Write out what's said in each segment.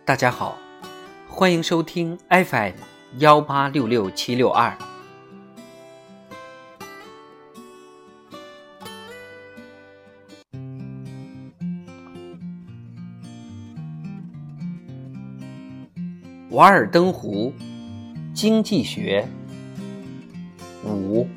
大家好，欢迎收听 FM1866762。瓦尔登湖经济学5。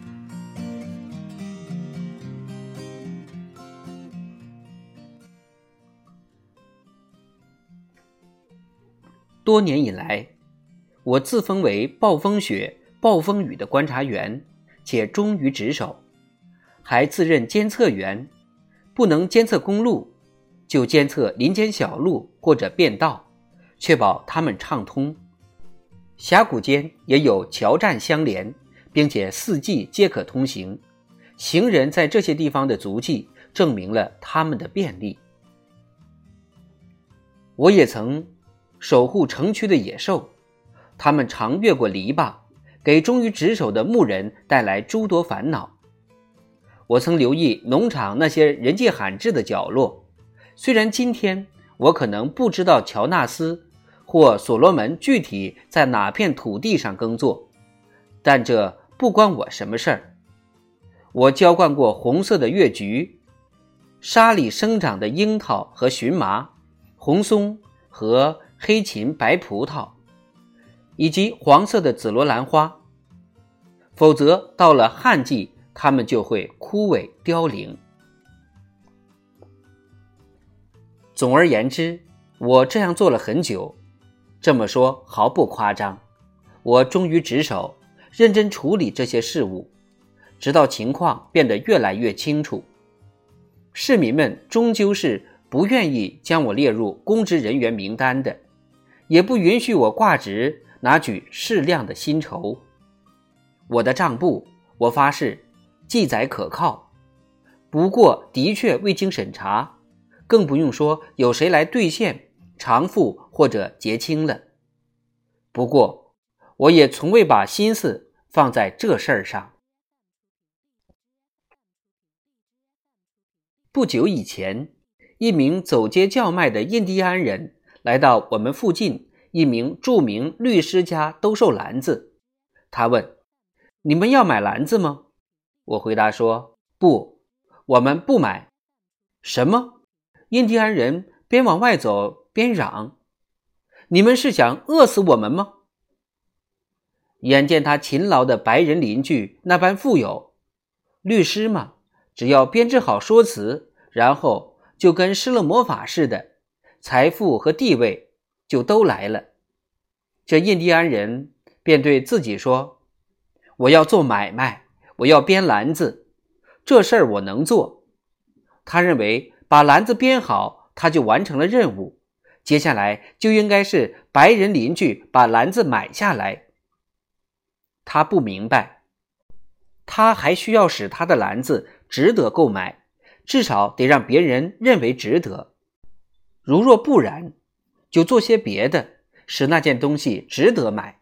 多年以来，我自封为暴风雪、暴风雨的观察员，且忠于职守，还自任监测员，不能监测公路，就监测林间小路或者便道，确保它们畅通。峡谷间也有桥站相连，并且四季皆可通行，行人在这些地方的足迹证明了它们的便利。我也曾守护城区的野兽，他们常越过篱笆，给忠于职守的牧人带来诸多烦恼。我曾留意农场那些人迹罕至的角落，虽然今天我可能不知道乔纳斯或所罗门具体在哪片土地上耕作，但这不关我什么事儿。我浇灌过红色的月菊，沙里生长的樱桃和荨麻，红松和黑芹白葡萄，以及黄色的紫罗兰花，否则到了旱季，它们就会枯萎凋零。总而言之，我这样做了很久，这么说毫不夸张。我忠于职守，认真处理这些事务，直到情况变得越来越清楚。市民们终究是不愿意将我列入公职人员名单的，也不允许我挂职拿取适量的薪酬。我的账簿，我发誓，记载可靠，不过的确未经审查，更不用说有谁来兑现、偿付或者结清了。不过，我也从未把心思放在这事儿上。不久以前，一名走街叫卖的印第安人来到我们附近一名著名律师家兜售篮子。他问：你们要买篮子吗？我回答说：不，我们不买。什么？印第安人边往外走边嚷：你们是想饿死我们吗？眼见他勤劳的白人邻居那般富有，律师嘛，只要编织好说辞，然后就跟施了魔法似的，财富和地位就都来了。这印第安人便对自己说：我要做买卖，我要编篮子，这事儿我能做。他认为把篮子编好，他就完成了任务，接下来就应该是白人邻居把篮子买下来。他不明白，他还需要使他的篮子值得购买，至少得让别人认为值得。如若不然，就做些别的，使那件东西值得买。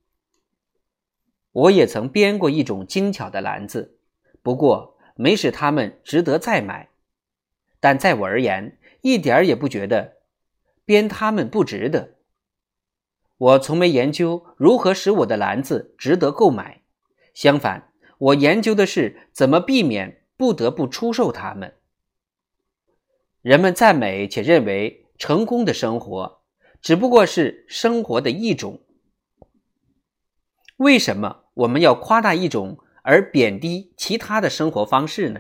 我也曾编过一种精巧的篮子，不过没使它们值得再买。但在我而言，一点也不觉得编它们不值得。我从没研究如何使我的篮子值得购买，相反，我研究的是怎么避免不得不出售它们。人们赞美且认为成功的生活只不过是生活的一种。为什么我们要夸大一种而贬低其他的生活方式呢？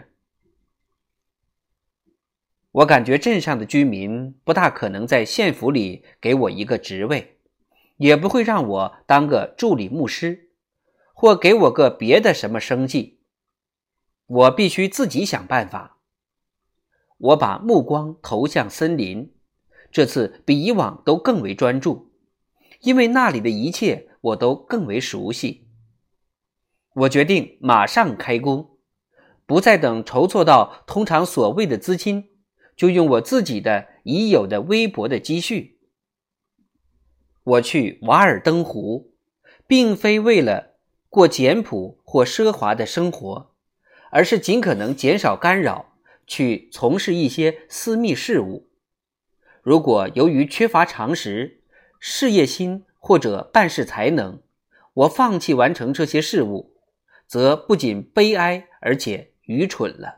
我感觉镇上的居民不大可能在县府里给我一个职位，也不会让我当个助理牧师，或给我个别的什么生计。我必须自己想办法。我把目光投向森林，这次比以往都更为专注，因为那里的一切我都更为熟悉。我决定马上开工，不再等筹措到通常所谓的资金，就用我自己的已有的微薄的积蓄。我去瓦尔登湖，并非为了过简朴或奢华的生活，而是尽可能减少干扰，去从事一些私密事务。如果由于缺乏常识， 事业心或者办事才能，我放弃完成这些事物，则不仅悲哀，而且愚蠢了。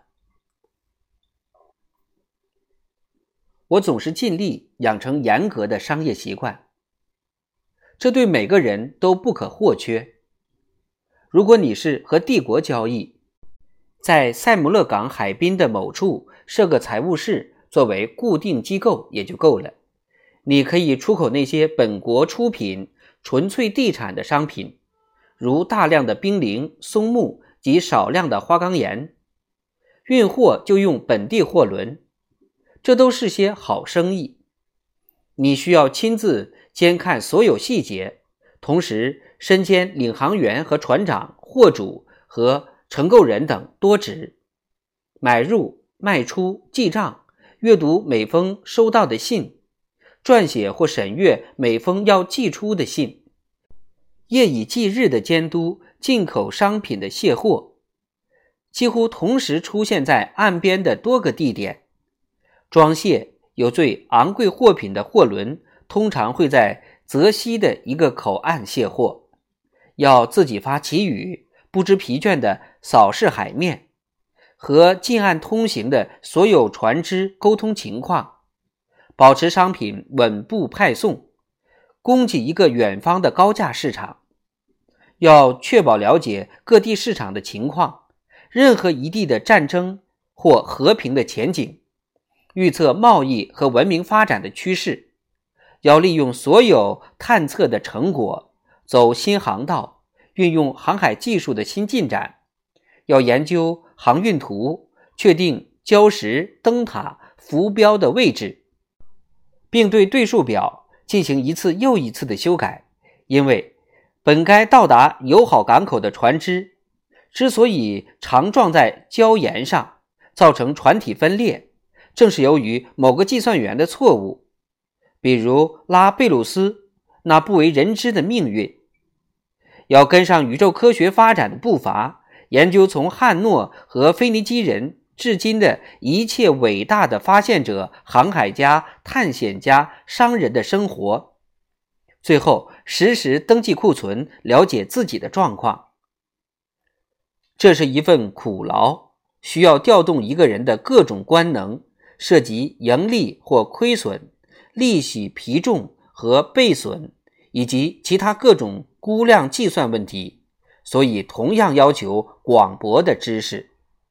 我总是尽力养成严格的商业习惯，这对每个人都不可或缺。如果你是和帝国交易，在塞姆勒港海滨的某处设个财务室作为固定机构也就够了。你可以出口那些本国出品纯粹地产的商品，如大量的冰凌、松木及少量的花岗岩，运货就用本地货轮，这都是些好生意。你需要亲自监看所有细节，同时身兼领航员和船长、货主和承购人等多职，买入、卖出、记账，阅读每封收到的信，撰写或审阅每封要寄出的信，夜以继日地监督进口商品的卸货，几乎同时出现在岸边的多个地点。装卸有最昂贵货品的货轮通常会在泽西的一个口岸卸货，要自己发旗语，不知疲倦地扫视海面，和近岸通行的所有船只沟通情况，保持商品稳步派送，供给一个远方的高价市场。要确保了解各地市场的情况，任何一地的战争或和平的前景，预测贸易和文明发展的趋势，要利用所有探测的成果，走新航道，运用航海技术的新进展，要研究航运图，确定礁石、灯塔、浮标的位置，并对对数表进行一次又一次的修改，因为本该到达友好港口的船只之所以常撞在礁岩上，造成船体分裂，正是由于某个计算员的错误，比如拉贝鲁斯那不为人知的命运。要跟上宇宙科学发展的步伐，研究从汉诺和腓尼基人至今的一切伟大的发现者、航海家、探险家、商人的生活，最后实时登记库存，了解自己的状况。这是一份苦劳，需要调动一个人的各种官能，涉及盈利或亏损、利息、皮重和倍损，以及其他各种估量计算问题，所以同样要求广博的知识。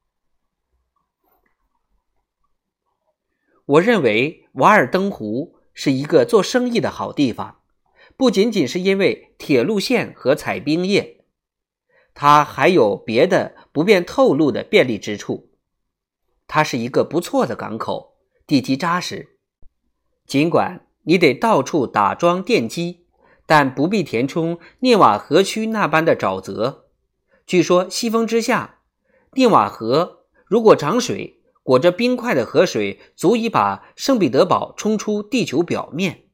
我认为瓦尔登湖是一个做生意的好地方，不仅仅是因为铁路线和采冰业，它还有别的不便透露的便利之处。它是一个不错的港口，地基扎实，尽管你得到处打桩奠基，但不必填充涅瓦河区那般的沼泽。据说西风之下，涅瓦河如果涨水，裹着冰块的河水足以把圣彼得堡冲出地球表面。